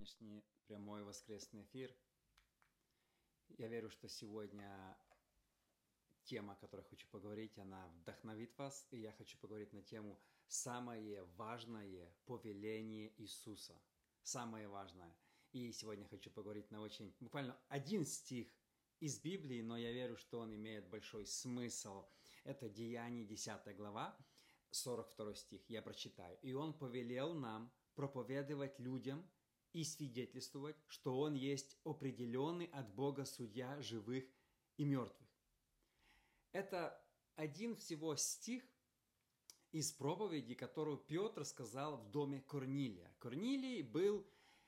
Сегодняшний прямой воскресный эфир. Я верю, что сегодня тема, о которой хочу поговорить, она вдохновит вас. И я хочу поговорить на тему «Самое важное повеление Иисуса». Самое важное. И сегодня хочу поговорить на очень, буквально один стих из Библии, но я верю, что он имеет большой смысл. Это Деяния, 10 глава, 42 стих. Я прочитаю. «И Он повелел нам проповедовать людям и свидетельствовать, что Он есть определенный от Бога судья живых и мертвых». Это один всего стих из проповеди, которую Петр сказал в доме Корнилия. Корнилий был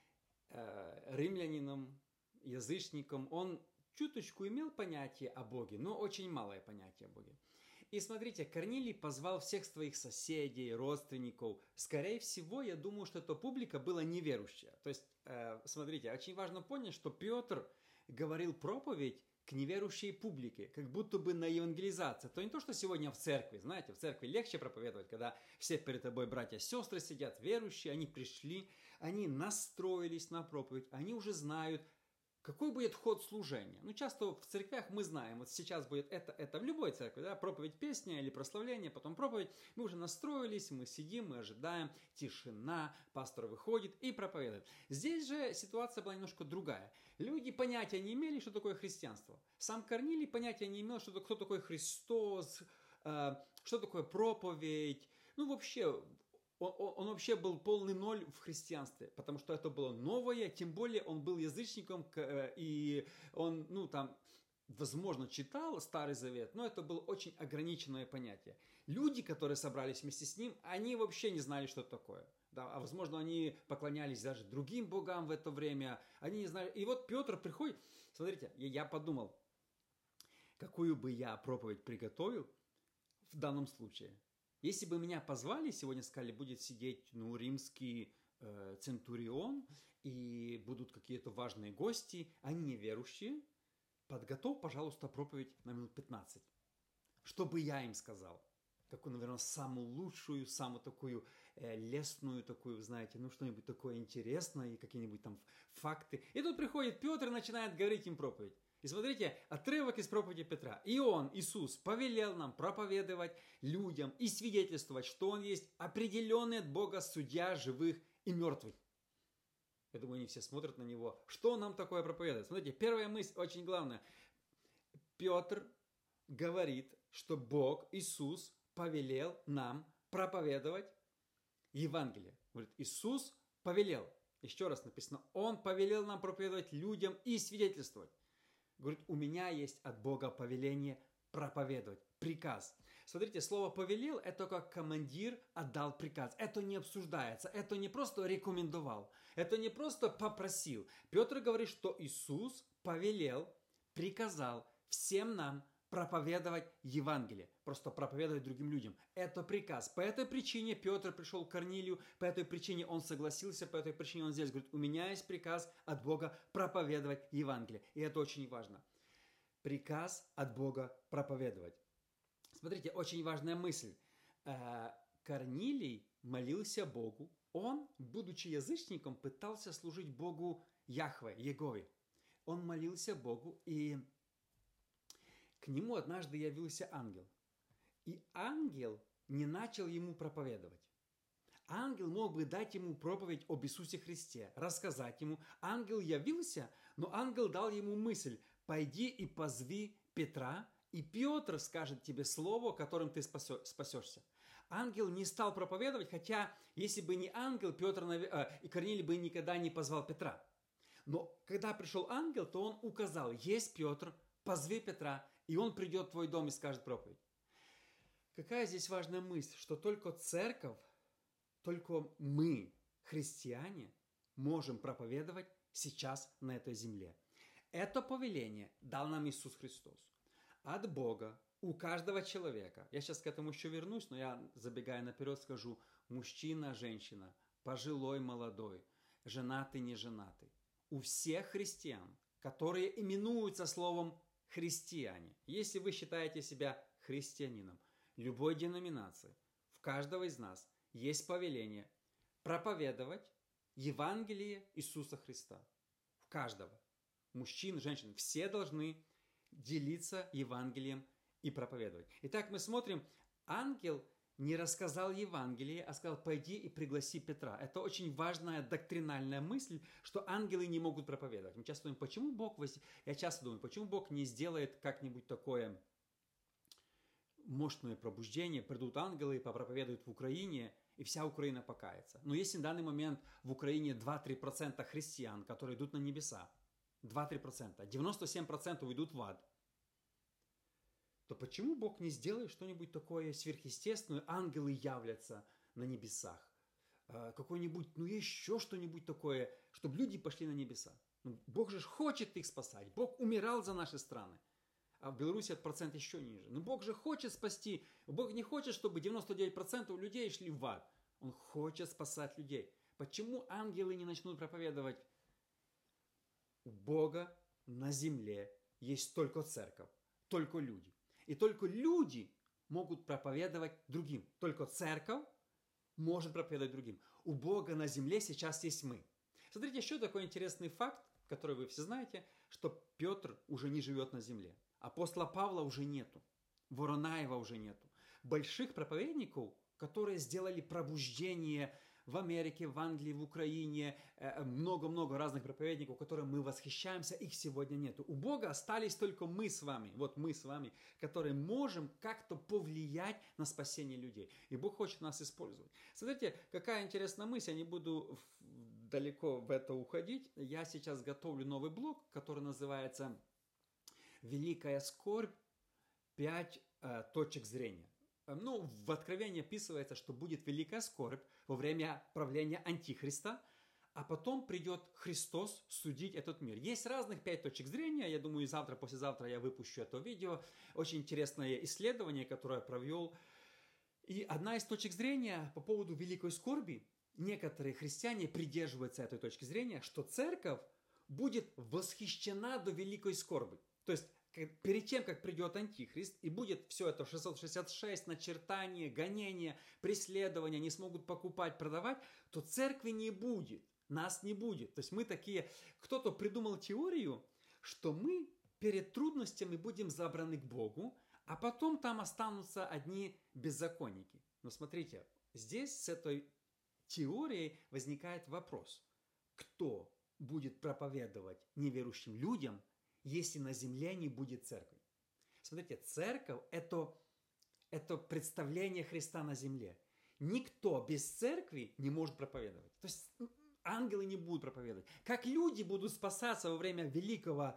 римлянином, язычником. Он чуточку имел понятие о Боге, но очень малое понятие о Боге. И смотрите, Корнилий позвал всех своих соседей, родственников. Скорее всего, я думаю, что эта публика была неверующая. То есть, смотрите, очень важно понять, что Петр говорил проповедь к неверующей публике, как будто бы на евангелизации. То не то, что сегодня в церкви, знаете, в церкви легче проповедовать, когда все перед тобой братья и сестры сидят, верующие, они пришли, они настроились на проповедь, они уже знают, какой будет ход служения. Ну, часто в церквях мы знаем, вот сейчас будет это в любой церкви, да, проповедь, песня или прославление, потом проповедь. Мы уже настроились, мы сидим, мы ожидаем, тишина, пастор выходит и проповедует. Здесь же ситуация была немножко другая. Люди понятия не имели, что такое христианство. Сам Корнилий понятия не имел, кто такой Христос, что такое проповедь. Ну, вообще, он вообще был полный ноль в христианстве, потому что это было новое, тем более он был язычником, и он, возможно, читал Старый Завет, но это было очень ограниченное понятие. Люди, которые собрались вместе с ним, они вообще не знали, что это такое. Да, а возможно, они поклонялись даже другим богам в это время, они не знали. И вот Петр приходит, смотрите, я подумал, какую бы я проповедь приготовил в данном случае. Если бы меня позвали, сегодня сказали, будет сидеть римский центурион, и будут какие-то важные гости, они неверующие, подготовь, пожалуйста, проповедь на минут 15. Что бы я им сказал? Какую, наверное, самую лучшую, самую такую лестную, такую, знаете, что-нибудь такое интересное, и какие-нибудь там факты. И тут приходит Петр и начинает говорить им проповедь. И смотрите, отрывок из проповеди Петра. «И Он, Иисус, повелел нам проповедовать людям и свидетельствовать, что Он есть определенный от Бога судья живых и мертвых». Я думаю, они все смотрят на Него. Что Он нам такое проповедует? Смотрите, первая мысль очень главная. Петр говорит, что Бог, Иисус, повелел нам проповедовать Евангелие. Говорит, Иисус повелел. Еще раз написано, Он повелел нам проповедовать людям и свидетельствовать. Говорит, у меня есть от Бога повеление проповедовать, приказ. Смотрите, слово «повелел» – это как командир отдал приказ. Это не обсуждается, это не просто рекомендовал, это не просто попросил. Петр говорит, что Иисус повелел, приказал всем нам проповедовать Евангелие, просто проповедовать другим людям. Это приказ. По этой причине Петр пришел к Корнилию, по этой причине он согласился, по этой причине он здесь говорит, у меня есть приказ от Бога проповедовать Евангелие. И это очень важно. Приказ от Бога проповедовать. Смотрите, очень важная мысль. Корнилий молился Богу. Он, будучи язычником, пытался служить Богу Яхве, Егове. Он молился Богу, и к нему однажды явился ангел. И ангел не начал ему проповедовать. Ангел мог бы дать ему проповедь об Иисусе Христе, рассказать ему. Ангел явился, но ангел дал ему мысль: пойди и позови Петра, и Петр скажет тебе слово, которым ты спасешься. Ангел не стал проповедовать, хотя если бы не ангел, Петр и Корнилий бы никогда не позвал Петра. Но когда пришел ангел, то он указал: есть Петр, позови Петра, и он придет в твой дом и скажет проповедь. Какая здесь важная мысль, что только церковь, только мы, христиане, можем проповедовать сейчас на этой земле. Это повеление дал нам Иисус Христос. От Бога у каждого человека. Я сейчас к этому еще вернусь, но я, забегая наперед, скажу: мужчина, женщина, пожилой, молодой, женатый, неженатый. У всех христиан, которые именуются словом христиане. Если вы считаете себя христианином любой деноминации, в каждого из нас есть повеление проповедовать Евангелие Иисуса Христа. В каждого. Мужчин, женщин. Все должны делиться Евангелием и проповедовать. Итак, мы смотрим, ангел не рассказал Евангелие, а сказал, пойди и пригласи Петра. Это очень важная доктринальная мысль, что ангелы не могут проповедовать. Мы часто думаем, почему Бог, я часто думаю, почему Бог не сделает как-нибудь такое мощное пробуждение, придут ангелы и попроповедуют в Украине, и вся Украина покается. Но если на данный момент в Украине 2-3% христиан, которые идут на небеса, 2-3%, 97% уйдут в ад, то почему Бог не сделает что-нибудь такое сверхъестественное? Ангелы являтся на небесах. Какой-нибудь, еще что-нибудь такое, чтобы люди пошли на небеса. Бог же хочет их спасать. Бог умирал за наши страны. А в Беларуси этот процент еще ниже. Но Бог же хочет спасти. Бог не хочет, чтобы 99% людей шли в ад. Он хочет спасать людей. Почему ангелы не начнут проповедовать? У Бога на земле есть только церковь, только люди. И только люди могут проповедовать другим. Только церковь может проповедовать другим. У Бога на земле сейчас есть мы. Смотрите, еще такой интересный факт, который вы все знаете, что Петр уже не живет на земле. Апостола Павла уже нету. Воронаева уже нету. Больших проповедников, которые сделали пробуждение в Америке, в Англии, в Украине, много-много разных проповедников, которым мы восхищаемся, их сегодня нету. У Бога остались только мы с вами, вот мы с вами, которые можем как-то повлиять на спасение людей. И Бог хочет нас использовать. Смотрите, какая интересная мысль, я не буду далеко в это уходить. Я сейчас готовлю новый блог, который называется «Великая скорбь. 5 точек зрения». В Откровении описывается, что будет великая скорбь во время правления Антихриста, а потом придет Христос судить этот мир. Есть разных 5 точек зрения. Я думаю, завтра, послезавтра я выпущу это видео. Очень интересное исследование, которое я провел. И одна из точек зрения по поводу великой скорби, некоторые христиане придерживаются этой точки зрения, что церковь будет восхищена до великой скорби. То есть, перед тем, как придет Антихрист, и будет все это 666, начертание, гонение, преследование, не смогут покупать, продавать, то церкви не будет, нас не будет. То есть мы такие, кто-то придумал теорию, что мы перед трудностями будем забраны к Богу, а потом там останутся одни беззаконники. Но смотрите, здесь с этой теорией возникает вопрос, кто будет проповедовать неверующим людям, если на земле не будет церкви. Смотрите, церковь – это представление Христа на земле. Никто без церкви не может проповедовать. То есть ангелы не будут проповедовать. Как люди будут спасаться во время великой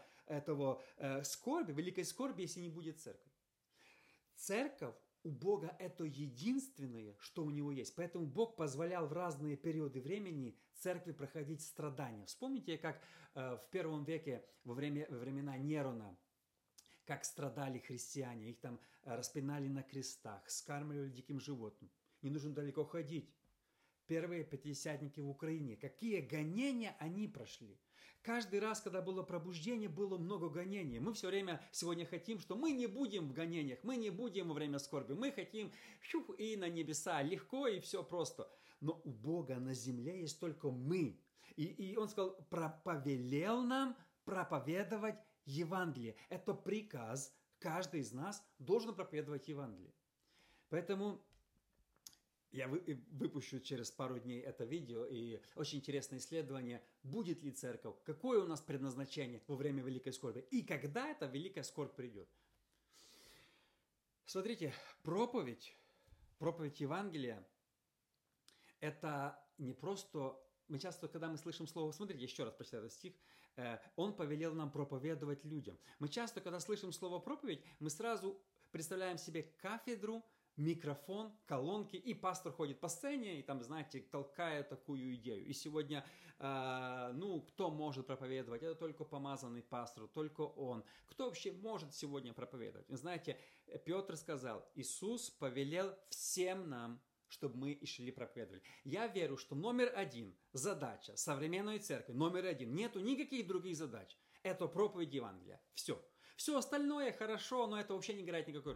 скорби, если не будет церкви? Церковь у Бога – это единственное, что у Него есть. Поэтому Бог позволял в разные периоды времени церкви проходить страдания. Вспомните, как в первом веке, во времена Нерона, как страдали христиане. Их там распинали на крестах, скармливали диким животным. Не нужно далеко ходить. Первые пятидесятники в Украине. Какие гонения они прошли. Каждый раз, когда было пробуждение, было много гонений. Мы все время сегодня хотим, что мы не будем в гонениях, мы не будем во время скорби. Мы хотим и на небеса, легко и все просто. Но у Бога на земле есть только мы. И Он сказал, повелел нам проповедовать Евангелие. Это приказ. Каждый из нас должен проповедовать Евангелие. Поэтому я выпущу через пару дней это видео, и очень интересное исследование, будет ли церковь, какое у нас предназначение во время великой скорби, и когда эта великая скорбь придет. Смотрите, проповедь Евангелия, это не просто... Мы часто, когда мы слышим слово, смотрите, еще раз прочитаю этот стих, Он повелел нам проповедовать людям. Мы часто, когда слышим слово проповедь, мы сразу представляем себе кафедру, микрофон, колонки, и пастор ходит по сцене, и там, знаете, толкает такую идею. И сегодня, кто может проповедовать? Это только помазанный пастор, только он. Кто вообще может сегодня проповедовать? Вы знаете, Петр сказал, Иисус повелел всем нам, чтобы мы и шли проповедовали. Я верю, что номер один задача современной церкви, номер один, нету никаких других задач. Это проповедь Евангелия. Все. Все остальное хорошо, но это вообще не играет никакой роли.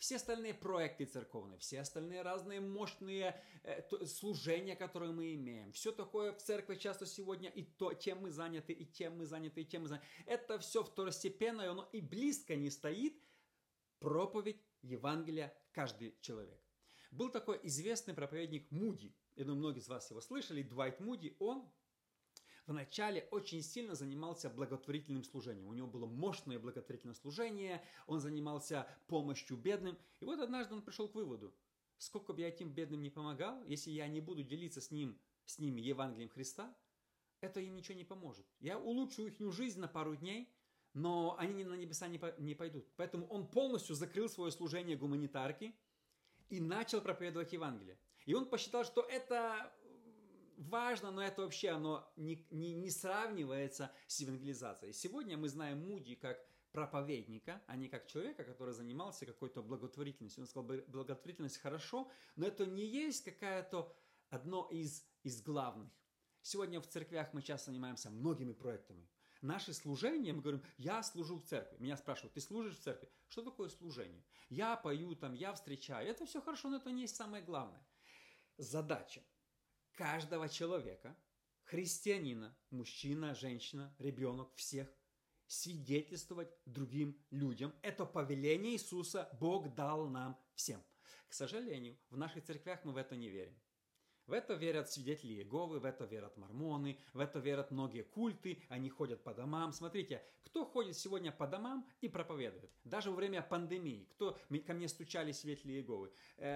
все остальные проекты церковные, все остальные разные мощные служения, которые мы имеем, все такое в церкви часто сегодня, и то, тем мы заняты, и тем мы заняты, и тем мы заняты. Это все второстепенно, и оно и близко не стоит проповедь Евангелия каждый человек. Был такой известный проповедник Муди, я думаю, многие из вас его слышали, Дуайт Муди. Он вначале очень сильно занимался благотворительным служением. У него было мощное благотворительное служение, он занимался помощью бедным. И вот однажды он пришел к выводу, сколько бы я этим бедным не помогал, если я не буду делиться с ними Евангелием Христа, это им ничего не поможет. Я улучшу их жизнь на пару дней, но они на небеса не пойдут. Поэтому он полностью закрыл свое служение гуманитарки и начал проповедовать Евангелие. И он посчитал, что это важно, но это вообще оно не сравнивается с евангелизацией. Сегодня мы знаем Муди как проповедника, а не как человека, который занимался какой-то благотворительностью. Он сказал, благотворительность хорошо, но это не есть какая-то одно из главных. Сегодня в церквях мы часто занимаемся многими проектами. Наши служения, мы говорим, я служу в церкви. Меня спрашивают, ты служишь в церкви? Что такое служение? Я пою там, я встречаю. Это все хорошо, но это не есть самое главное. Задача каждого человека, христианина, мужчина, женщина, ребенок, всех, свидетельствовать другим людям. Это повеление Иисуса Бог дал нам всем. К сожалению, в наших церквях мы в это не верим. В это верят свидетели Иеговы, в это верят мормоны, в это верят многие культы, они ходят по домам. Смотрите, кто ходит сегодня по домам и проповедует? Даже во время пандемии, ко мне стучали свидетели Иеговы.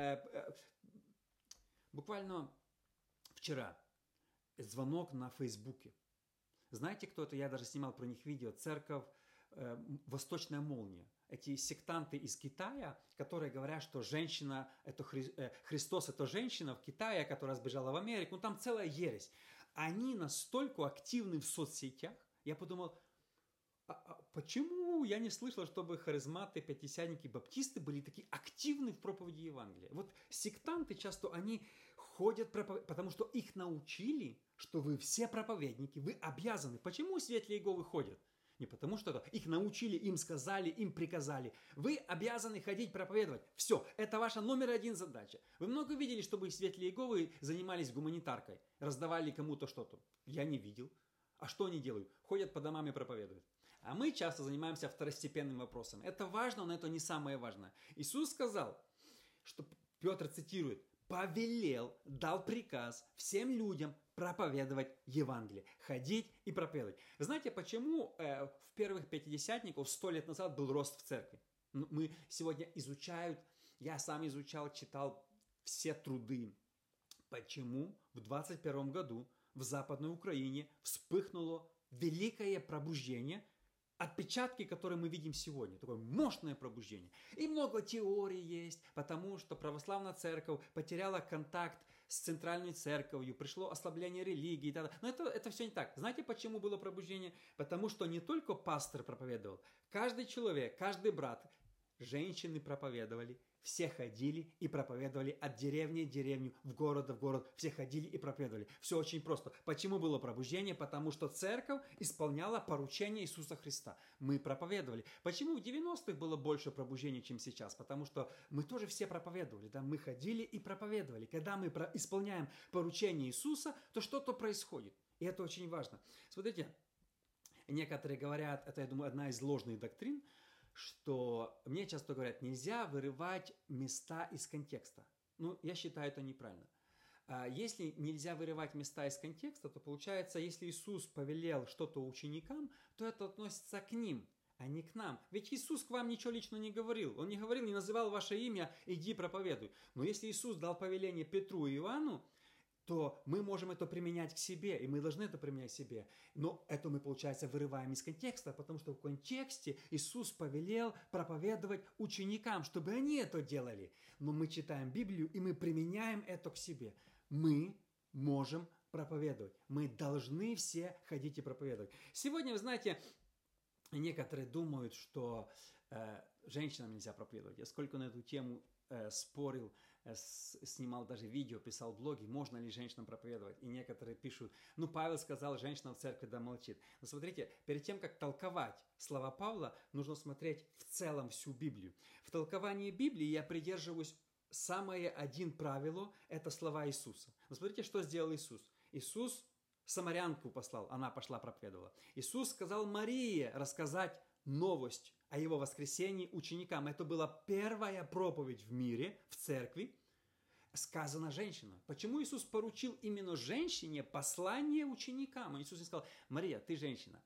Буквально вчера звонок на Фейсбуке. Знаете, кто это? Я даже снимал про них видео. Церковь Восточная Молния. Эти сектанты из Китая, которые говорят, что женщина, это Христос это женщина в Китае, которая сбежала в Америку. Ну, там целая ересь. Они настолько активны в соцсетях. Я подумал, почему я не слышал, чтобы харизматы, пятидесятники, баптисты были такие активны в проповеди Евангелия? Вот сектанты часто, они ходят, потому что их научили, что вы все проповедники, вы обязаны. Почему свидетели Иеговы ходят? Не потому что их научили, им сказали, им приказали. Вы обязаны ходить проповедовать. Все, это ваша номер один задача. Вы много видели, чтобы свидетели Иеговы занимались гуманитаркой, раздавали кому-то что-то? Я не видел. А что они делают? Ходят по домам и проповедуют. А мы часто занимаемся второстепенным вопросом. Это важно, но это не самое важное. Иисус сказал, что Петр цитирует, повелел, дал приказ всем людям проповедовать Евангелие, ходить и проповедовать. Знаете, почему в первых пятидесятников 100 лет назад был рост в церкви? Мы сегодня я сам изучал, читал все труды. Почему в 21 году в Западной Украине вспыхнуло великое пробуждение, отпечатки, которые мы видим сегодня, такое мощное пробуждение. И много теорий есть, потому что православная церковь потеряла контакт с центральной церковью, пришло ослабление религии. Но это все не так. Знаете, почему было пробуждение? Потому что не только пастор проповедовал, каждый человек, каждый брат, женщины проповедовали, все ходили и проповедовали от деревни в деревню, в город, все ходили и проповедовали. Все очень просто. Почему было пробуждение? Потому что церковь исполняла поручение Иисуса Христа. Мы проповедовали. Почему в 90-х было больше пробуждения, чем сейчас? Потому что мы тоже все проповедовали. Да? Мы ходили и проповедовали. Когда мы исполняем поручение Иисуса, то что-то происходит. И это очень важно. Смотрите, некоторые говорят, это, я думаю, одна из ложных доктрин, что мне часто говорят, нельзя вырывать места из контекста. Я считаю, это неправильно. Если нельзя вырывать места из контекста, то получается, если Иисус повелел что-то ученикам, то это относится к ним, а не к нам. Ведь Иисус к вам ничего лично не говорил. Он не говорил, не называл ваше имя, иди проповедуй. Но если Иисус дал повеление Петру и Иоанну, то мы можем это применять к себе, и мы должны это применять к себе. Но это мы, получается, вырываем из контекста, потому что в контексте Иисус повелел проповедовать ученикам, чтобы они это делали. Но мы читаем Библию, и мы применяем это к себе. Мы можем проповедовать. Мы должны все ходить и проповедовать. Сегодня, вы знаете, некоторые думают, что женщинам нельзя проповедовать. Я сколько на эту тему спорил снимал даже видео, писал блоги, можно ли женщинам проповедовать. И некоторые пишут, ну, Павел сказал, женщина в церкви да молчит. Но смотрите, перед тем, как толковать слова Павла, нужно смотреть в целом всю Библию. В толковании Библии я придерживаюсь самое один правило – это слова Иисуса. Но смотрите, что сделал Иисус. Иисус самарянку послал, она пошла проповедовала. Иисус сказал Марии рассказать новость о его воскресении ученикам. Это была первая проповедь в мире, в церкви, сказана женщинам. Почему Иисус поручил именно женщине послание ученикам? Иисус не сказал, Мария, ты женщина,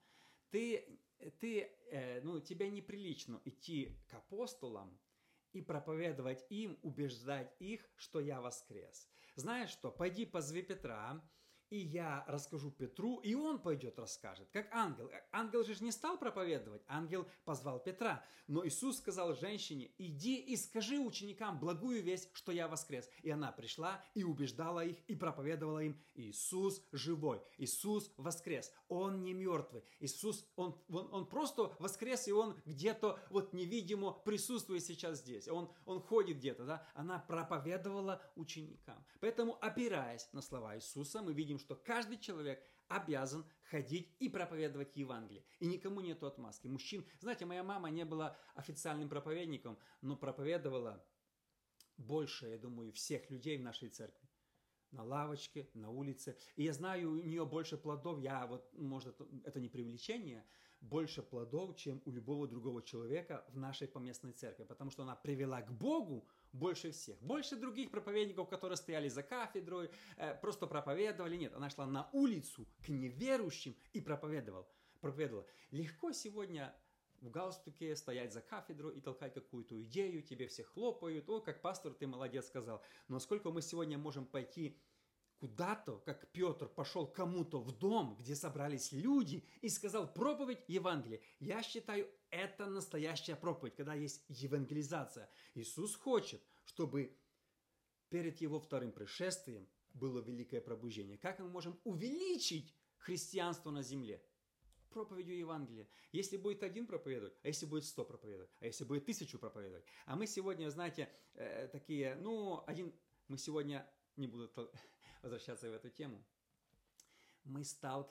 тебе неприлично идти к апостолам и проповедовать им, убеждать их, что я воскрес. Знаешь что, пойди позови Петра, и я расскажу Петру, и он пойдет расскажет, как ангел. Ангел же не стал проповедовать, ангел позвал Петра. Но Иисус сказал женщине, иди и скажи ученикам благую весть, что я воскрес. И она пришла и убеждала их, и проповедовала им, Иисус живой, Иисус воскрес, Он не мертвый. Иисус, Он просто воскрес, и Он где-то вот невидимо присутствует сейчас здесь. Он ходит где-то, да? Она проповедовала ученикам. Поэтому, опираясь на слова Иисуса, мы видим, что каждый человек обязан ходить и проповедовать Евангелие. И никому нету отмазки. Мужчин, знаете, моя мама не была официальным проповедником, но проповедовала больше, я думаю, всех людей в нашей церкви. На лавочке, на улице. И я знаю, у нее больше плодов, может, это не преувеличение, больше плодов, чем у любого другого человека в нашей поместной церкви. Потому что она привела к Богу больше всех. Больше других проповедников, которые стояли за кафедрой, просто проповедовали. Нет, она шла на улицу к неверующим и проповедовала. Легко сегодня в галстуке стоять за кафедру и толкать какую-то идею, тебе все хлопают, о, как пастор, ты молодец сказал. Но сколько мы сегодня можем пойти куда-то, как Петр пошел кому-то в дом, где собрались люди, и сказал проповедь Евангелия. Я считаю, это настоящая проповедь, когда есть евангелизация. Иисус хочет, чтобы перед Его вторым пришествием было великое пробуждение. Как мы можем увеличить христианство на земле? Проповедью Евангелия. Если будет один проповедовать, а если будет 100 проповедовать, а если будет 1000 проповедовать. А мы сегодня, знаете, мы сегодня, не буду возвращаться в эту тему, мы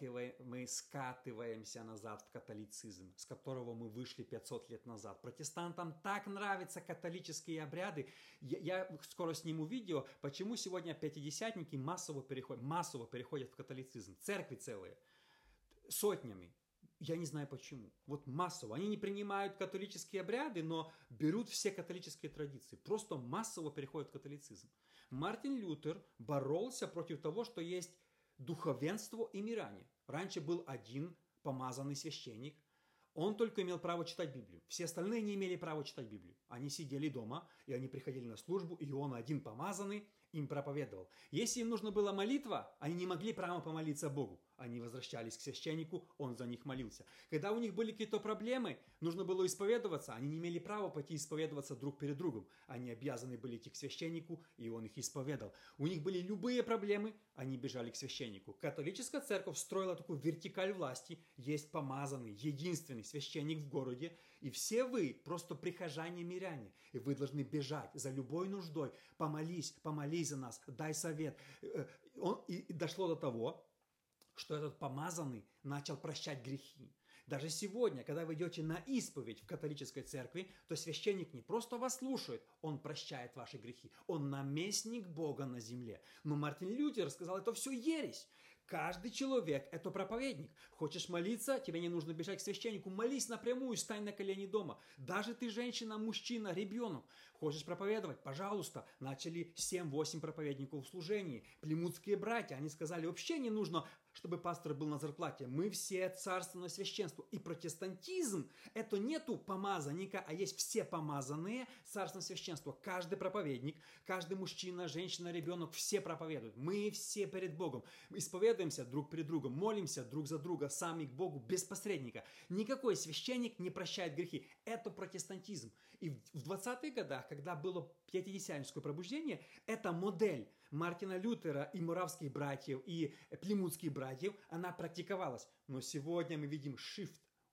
скатываемся назад в католицизм, с которого мы вышли 500 лет назад. Протестантам так нравятся католические обряды. Я скоро сниму видео, почему сегодня пятидесятники массово переходят в католицизм. Церкви целые, сотнями. Я не знаю почему. Вот массово. Они не принимают католические обряды, но берут все католические традиции. Просто массово переходят в католицизм. Мартин Лютер боролся против того, что есть духовенство и миряне. Раньше был один помазанный священник. Он только имел право читать Библию. Все остальные не имели права читать Библию. Они сидели дома, и они приходили на службу, и он один помазанный им проповедовал. Если им нужна была молитва, они не могли прямо помолиться Богу. Они возвращались к священнику, он за них молился. Когда у них были какие-то проблемы, нужно было исповедоваться, они не имели права пойти исповедоваться друг перед другом. Они обязаны были идти к священнику, и он их исповедал. У них были любые проблемы, они бежали к священнику. Католическая церковь строила такую вертикаль власти. Есть помазанный, единственный священник в городе, и все вы просто прихожане-миряне. И вы должны бежать за любой нуждой. Помолись за нас, дай совет. И дошло до того, что этот помазанный начал прощать грехи. Даже сегодня, когда вы идете на исповедь в католической церкви, то священник не просто вас слушает, он прощает ваши грехи. Он наместник Бога на земле. Но Мартин Лютер сказал, это все ересь. Каждый человек – это проповедник. Хочешь молиться, тебе не нужно бежать к священнику. Молись напрямую, стань на колени дома. Даже ты женщина, мужчина, ребенок. Хочешь проповедовать? Пожалуйста. Начали 7-8 проповедников в служении. Плимутские братья, они сказали, вообще не нужно, чтобы пастор был на зарплате. Мы все царственное священство. И протестантизм – это нету помазанника, а есть все помазанные царственное священство. Каждый проповедник, каждый мужчина, женщина, ребенок, все проповедуют. Мы все перед Богом. Исповедуемся друг перед другом, молимся друг за друга, сами к Богу, без посредника. Никакой священник не прощает грехи. Это протестантизм. И в 20-х годах, когда было пятидесятническое пробуждение, эта модель Мартина Лютера и Моравских братьев, и Плимутских братьев, она практиковалась. Но сегодня мы видим shift.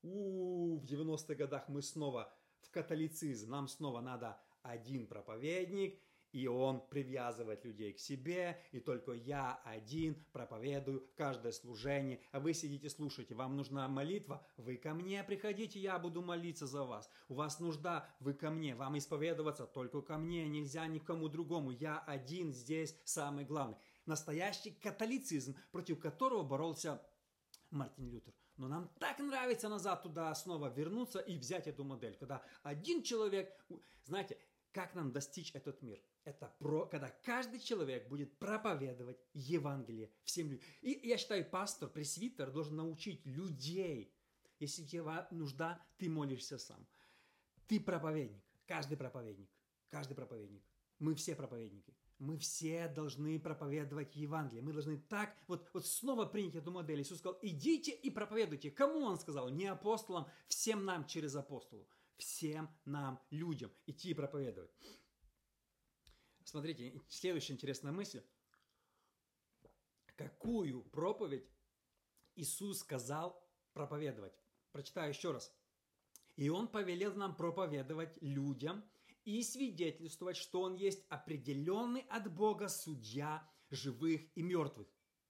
В 90-х годах мы снова в католицизм. Нам снова надо один проповедник, И он привязывает людей к себе, и только я один проповедую каждое служение, а вы сидите, слушаете. Вам нужна молитва? Вы ко мне приходите, я буду молиться за вас. У вас нужда? Вы ко мне. Вам исповедоваться? Только ко мне, нельзя никому другому. Я один здесь самый главный. Настоящий католицизм, против которого боролся Мартин Лютер. Но нам так нравится назад туда снова вернуться и взять эту модель, когда один человек, знаете, как нам достичь этот мир? Это когда каждый человек будет проповедовать Евангелие всем людям. И я считаю, пастор, пресвитер должен научить людей. Если у тебя нужда, ты молишься сам. Ты проповедник, каждый проповедник, каждый проповедник. Мы все проповедники. Мы все должны проповедовать Евангелие. Мы должны так, вот снова принять эту модель. Иисус сказал, идите и проповедуйте. Кому Он сказал? Не апостолам, всем нам через апостолу. Всем нам, людям, идти и проповедовать. Смотрите, следующая интересная мысль. Какую проповедь Иисус сказал проповедовать? Прочитаю еще раз. И Он повелел нам проповедовать людям и свидетельствовать, что Он есть определенный от Бога судья живых и мертвых.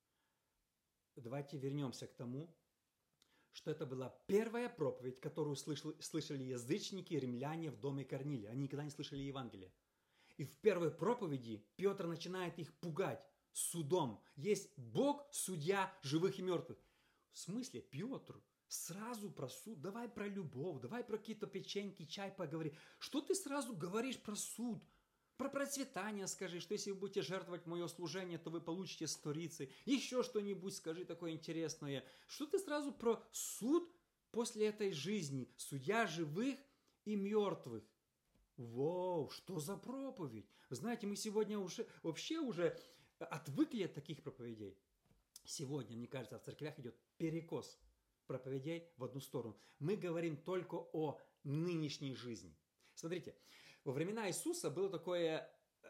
Давайте вернемся к тому, что это была первая проповедь, которую слышали язычники и римляне в доме Корнилия. Они никогда не слышали Евангелия. И в первой проповеди Петр начинает их пугать судом. Есть Бог, судья живых и мертвых. В смысле, Петр, сразу про суд, давай про любовь, давай про какие-то печеньки, чай поговори. Что ты сразу говоришь про суд? Про процветание скажи, что если вы будете жертвовать мое служение, то вы получите сторицей. Еще что-нибудь скажи такое интересное. Что ты сразу про суд после этой жизни? Судья живых и мертвых. Воу, что за проповедь? Вы знаете, мы сегодня уже отвыкли от таких проповедей. Сегодня, мне кажется, в церквях идет перекос проповедей в одну сторону. Мы говорим только о нынешней жизни. Смотрите, во времена Иисуса было такое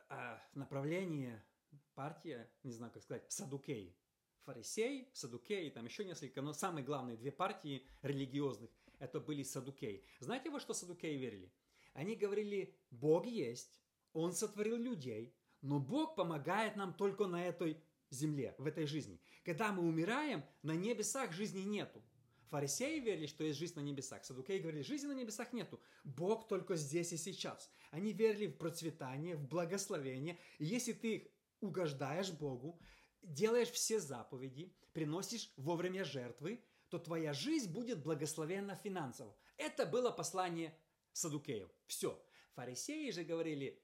направление, партия, не знаю, как сказать, саддукеи. Фарисеи, саддукеи, там еще несколько, но самые главные две партии религиозных, это были саддукеи. Знаете, во что саддукеи верили? Они говорили, Бог есть, Он сотворил людей, но Бог помогает нам только на этой земле, в этой жизни. Когда мы умираем, на небесах жизни нету. Фарисеи верили, что есть жизнь на небесах. Саддукеи говорили, жизни на небесах нету. Бог только здесь и сейчас. Они верили в процветание, в благословение. И если ты угождаешь Богу, делаешь все заповеди, приносишь вовремя жертвы, то твоя жизнь будет благословенна финансово. Это было послание саддукеев. Все. Фарисеи же говорили,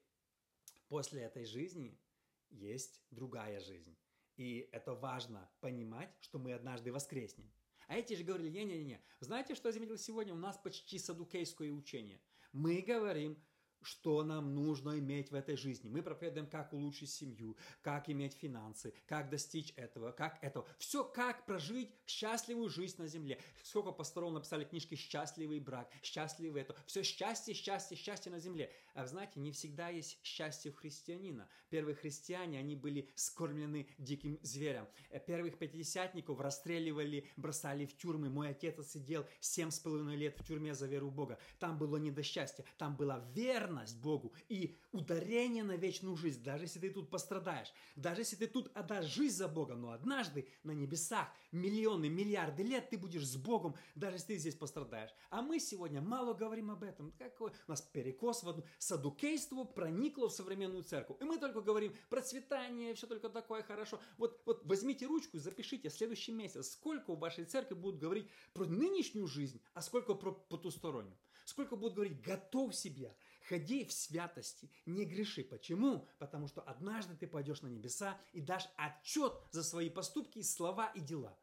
после этой жизни есть другая жизнь. И это важно понимать, что мы однажды воскреснем. А эти же говорили, не-не-не. Знаете, что я заметил сегодня? У нас почти саддукейское учение. Мы говорим, что нам нужно иметь в этой жизни. Мы проповедуем, как улучшить семью, как иметь финансы, как достичь этого, как этого. Все, как прожить счастливую жизнь на земле. Сколько пасторов написали книжки «Счастливый брак», «Счастливый это». Все счастье, счастье, счастье на земле. А вы знаете, не всегда есть счастье у христианина. Первые христиане, они были скормлены диким зверям. Первых пятидесятников расстреливали, бросали в тюрьмы. Мой отец сидел 7,5 лет в тюрьме за веру в Бога. Там было не до счастья, там была верность Богу и ударение на вечную жизнь, даже если ты тут пострадаешь, даже если ты тут отдашь жизнь за Бога, но однажды на небесах миллионы, миллиарды лет ты будешь с Богом, даже если ты здесь пострадаешь. А мы сегодня мало говорим об этом. Какой у нас перекос в одну. Саддукейство проникло в современную церковь. И мы только говорим процветание, все только такое хорошо. Вот возьмите ручку и запишите в следующий месяц, сколько в вашей церкви будут говорить про нынешнюю жизнь, а сколько про потустороннюю. Сколько будут говорить, готовь себя, ходи в святости, не греши. Почему? Потому что однажды ты пойдешь на небеса и дашь отчет за свои поступки, слова и дела.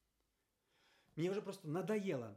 Мне уже просто надоело,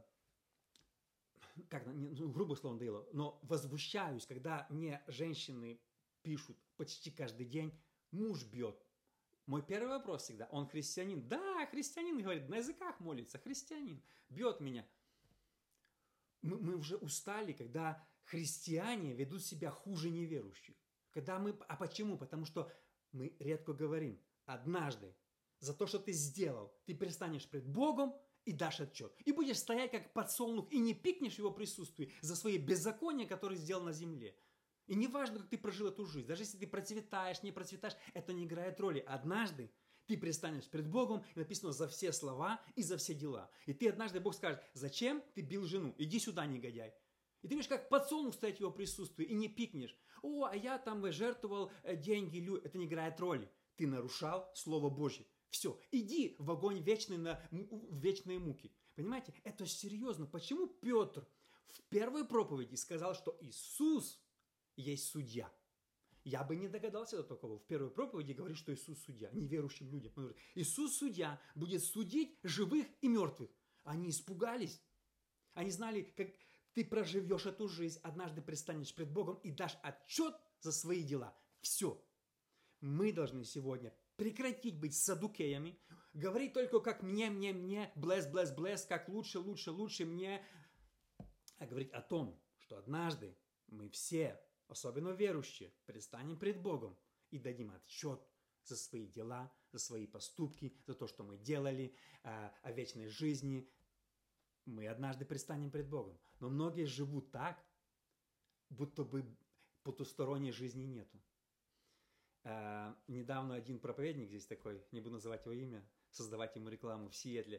грубо слово надоело, но возмущаюсь, когда мне женщины пишут почти каждый день, муж бьет. Мой первый вопрос всегда, он христианин? Да, христианин, говорит, на языках молится, христианин, бьет меня. Мы уже устали, когда христиане ведут себя хуже неверующих. А почему? Потому что мы редко говорим, однажды за то, что ты сделал, ты предстанешь пред Богом и дашь отчет. И будешь стоять как подсолнух и не пикнешь в его присутствии за свои беззакония, которые сделал на земле. И не важно, как ты прожил эту жизнь. Даже если ты процветаешь, не процветаешь, это не играет роли. Однажды ты предстанешь перед Богом, и написано за все слова и за все дела. И ты однажды Бог скажет, зачем ты бил жену? Иди сюда, негодяй. И ты будешь как подсолнух стоять в его присутствии и не пикнешь. О, а я там жертвовал деньги. Это не играет роли. Ты нарушал Слово Божье. Все, иди в огонь вечный, в вечные муки. Понимаете, это серьезно. Почему Петр в первой проповеди сказал, что Иисус есть судья? Я бы не догадался до такого. В первой проповеди говорит, что Иисус судья, неверующим людям. Он говорит, Иисус судья будет судить живых и мертвых. Они испугались. Они знали, как ты проживешь эту жизнь, однажды предстанешь пред Богом и дашь отчет за свои дела. Все. Мы должны сегодня прекратить быть саддукеями, говорить только как мне, bless, как лучше мне, а говорить о том, что однажды мы все, особенно верующие, предстанем пред Богом и дадим отчет за свои дела, за свои поступки, за то, что мы делали, о вечной жизни. Мы однажды предстанем пред Богом. Но многие живут так, будто бы потусторонней жизни нету. Недавно один проповедник здесь такой, не буду называть его имя, создавать ему рекламу в Сиэтле,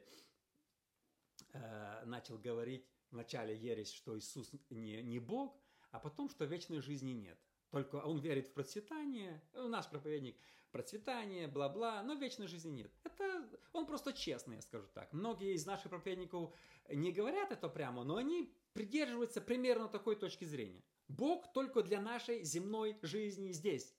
начал говорить вначале ересь, что Иисус не Бог, а потом, что вечной жизни нет. Только он верит в процветание, наш проповедник, процветание, бла-бла, но вечной жизни нет. Это он просто честный, я скажу так. Многие из наших проповедников не говорят это прямо, но они придерживаются примерно такой точки зрения. Бог только для нашей земной жизни здесь.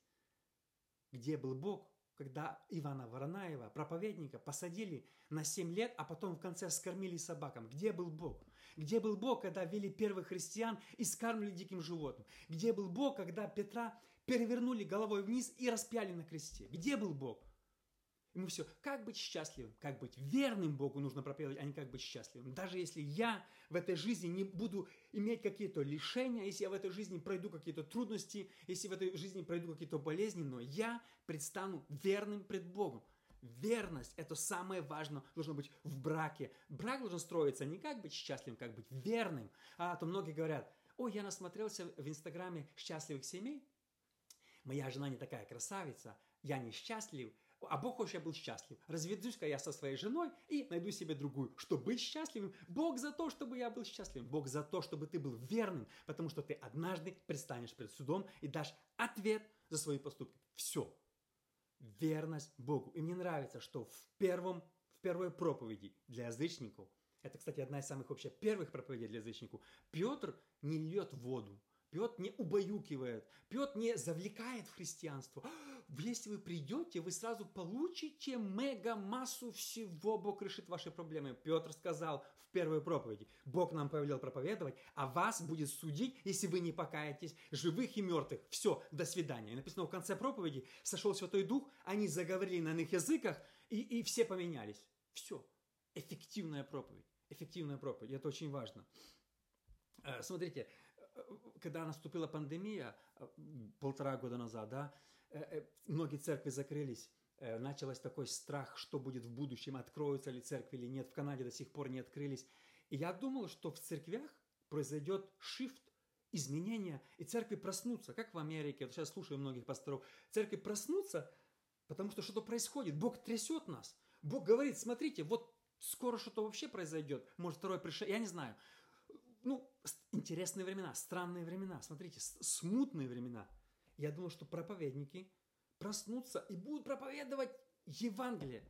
Где был Бог, когда Ивана Воронаева, проповедника, посадили на 7 лет, а потом в конце скормили собакам? Где был Бог? Где был Бог, когда вели первых христиан и скармливали диким животным? Где был Бог, когда Петра перевернули головой вниз и распяли на кресте? Где был Бог? И мы все, как быть счастливым, как быть верным Богу нужно проповедовать, а не как быть счастливым. Даже если я в этой жизни не буду иметь какие-то лишения, если я в этой жизни пройду какие-то трудности, если в этой жизни пройду какие-то болезни, но я предстану верным пред Богом. Верность – это самое важное, должно быть в браке. Брак должен строиться не как быть счастливым, как быть верным. А то многие говорят, ой, я насмотрелся в Инстаграме счастливых семей, моя жена не такая красавица, я несчастлив, а Бог хочет, чтобы я был счастлив. Разведусь-ка я со своей женой и найду себе другую. Чтобы быть счастливым, Бог за то, чтобы я был счастливым. Бог за то, чтобы ты был верным, потому что ты однажды предстанешь перед судом и дашь ответ за свои поступки. Все. Верность Богу. И мне нравится, что в первой проповеди для язычников, это, кстати, одна из самых вообще первых проповедей для язычников, Петр не льет воду. Петр не убаюкивает, Петр не завлекает в христианство. Если вы придете, вы сразу получите мега-массу всего, Бог решит ваши проблемы. Петр сказал в первой проповеди, Бог нам повелел проповедовать, а вас будет судить, если вы не покаетесь, живых и мертвых. Все, до свидания. И написано в конце проповеди, сошел Святой Дух, они заговорили на иных языках, и все поменялись. Все. Эффективная проповедь. Эффективная проповедь. Это очень важно. Смотрите, когда наступила пандемия 1,5 года назад, да, многие церкви закрылись, начался такой страх, что будет в будущем, откроются ли церкви или нет. В Канаде до сих пор не открылись. И я думал, что в церквях произойдет шифт, изменения, и церкви проснутся, как в Америке. Вот сейчас слушаю многих пасторов. Церкви проснутся, потому что что-то происходит. Бог трясет нас. Бог говорит, смотрите, вот скоро что-то вообще произойдет. Может, второе пришествие, я не знаю. Интересные времена, странные времена, смотрите, смутные времена. Я думал, что проповедники проснутся и будут проповедовать Евангелие.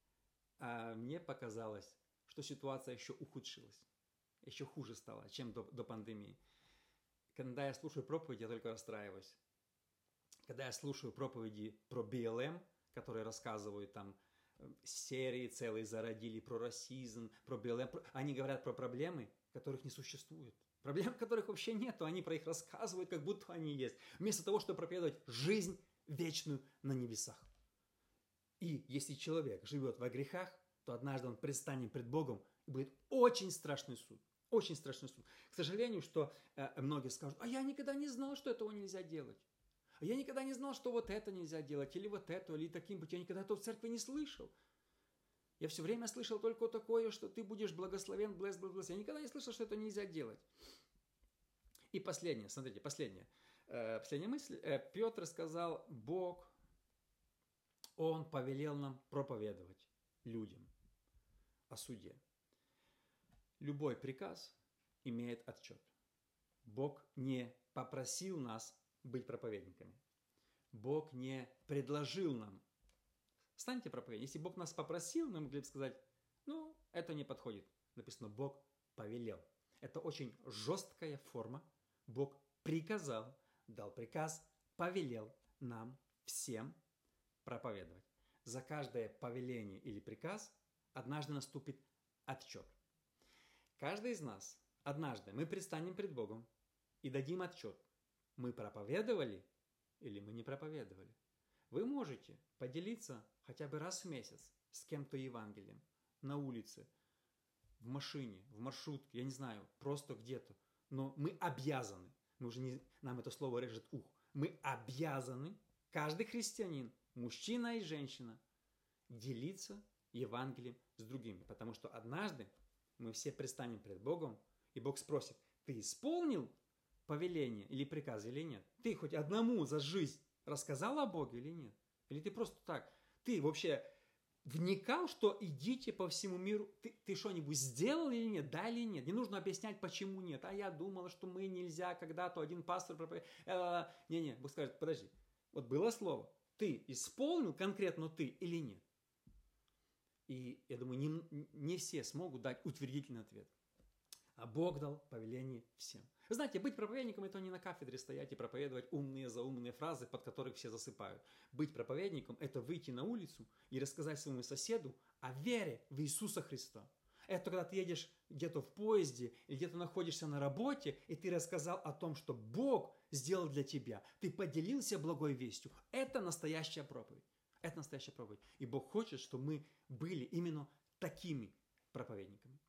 А мне показалось, что ситуация еще ухудшилась. Еще хуже стала, чем до пандемии. Когда я слушаю проповеди, я только расстраиваюсь. Когда я слушаю проповеди про БЛМ, которые рассказывают там, серии целые зародили про расизм, про БЛМ. Они говорят про проблемы, которых не существует. Проблем, которых вообще нету. Они про их рассказывают, как будто они есть. Вместо того, чтобы проповедовать жизнь вечную на небесах. И если человек живет во грехах, то однажды он предстанет пред Богом, и будет очень страшный суд. Очень страшный суд. К сожалению, что многие скажут, а я никогда не знал, что этого нельзя делать. А я никогда не знал, что вот это нельзя делать, или вот это, или таким быть. Я никогда этого в церкви не слышал. Я все время слышал только такое, что ты будешь благословен, bless. Я никогда не слышал, что это нельзя делать. И последнее, смотрите, последнее. последняя мысль. Петр сказал, Бог, Он повелел нам проповедовать людям о суде. Любой приказ имеет отчет. Бог не попросил нас быть проповедниками. Бог не предложил нам. Станьте проповедниками. Если Бог нас попросил, мы могли бы сказать, ну, это не подходит. Написано, Бог повелел. Это очень жесткая форма. Бог приказал, дал приказ, повелел нам всем проповедовать. За каждое повеление или приказ однажды наступит отчет. Каждый из нас однажды мы предстанем пред Богом и дадим отчет. Мы проповедовали или мы не проповедовали. Вы можете поделиться хотя бы раз в месяц с кем-то Евангелием на улице, в машине, в маршрутке, я не знаю, просто где-то. Но мы обязаны, нам это слово режет ухо, мы обязаны, каждый христианин, мужчина и женщина, делиться Евангелием с другими. Потому что однажды мы все предстанем пред Богом, и Бог спросит, ты исполнил повеление или приказ или нет? Ты хоть одному за жизнь рассказал о Боге или нет? Или ты просто так? Ты вообще вникал, что идите по всему миру? Ты что-нибудь сделал или нет? Да или нет? Не нужно объяснять, почему нет. А я думал, что мы нельзя, когда-то один пастор проповедовал. Не-не, Бог скажет, подожди. Вот было слово. Ты исполнил конкретно ты или нет? И я думаю, не все смогут дать утвердительный ответ. А Бог дал повеление всем. Вы знаете, быть проповедником – это не на кафедре стоять и проповедовать умные заумные фразы, под которых все засыпают. Быть проповедником – это выйти на улицу и рассказать своему соседу о вере в Иисуса Христа. Это когда ты едешь где-то в поезде или где-то находишься на работе, и ты рассказал о том, что Бог сделал для тебя. Ты поделился благой вестью. Это настоящая проповедь. Это настоящая проповедь. И Бог хочет, чтобы мы были именно такими проповедниками.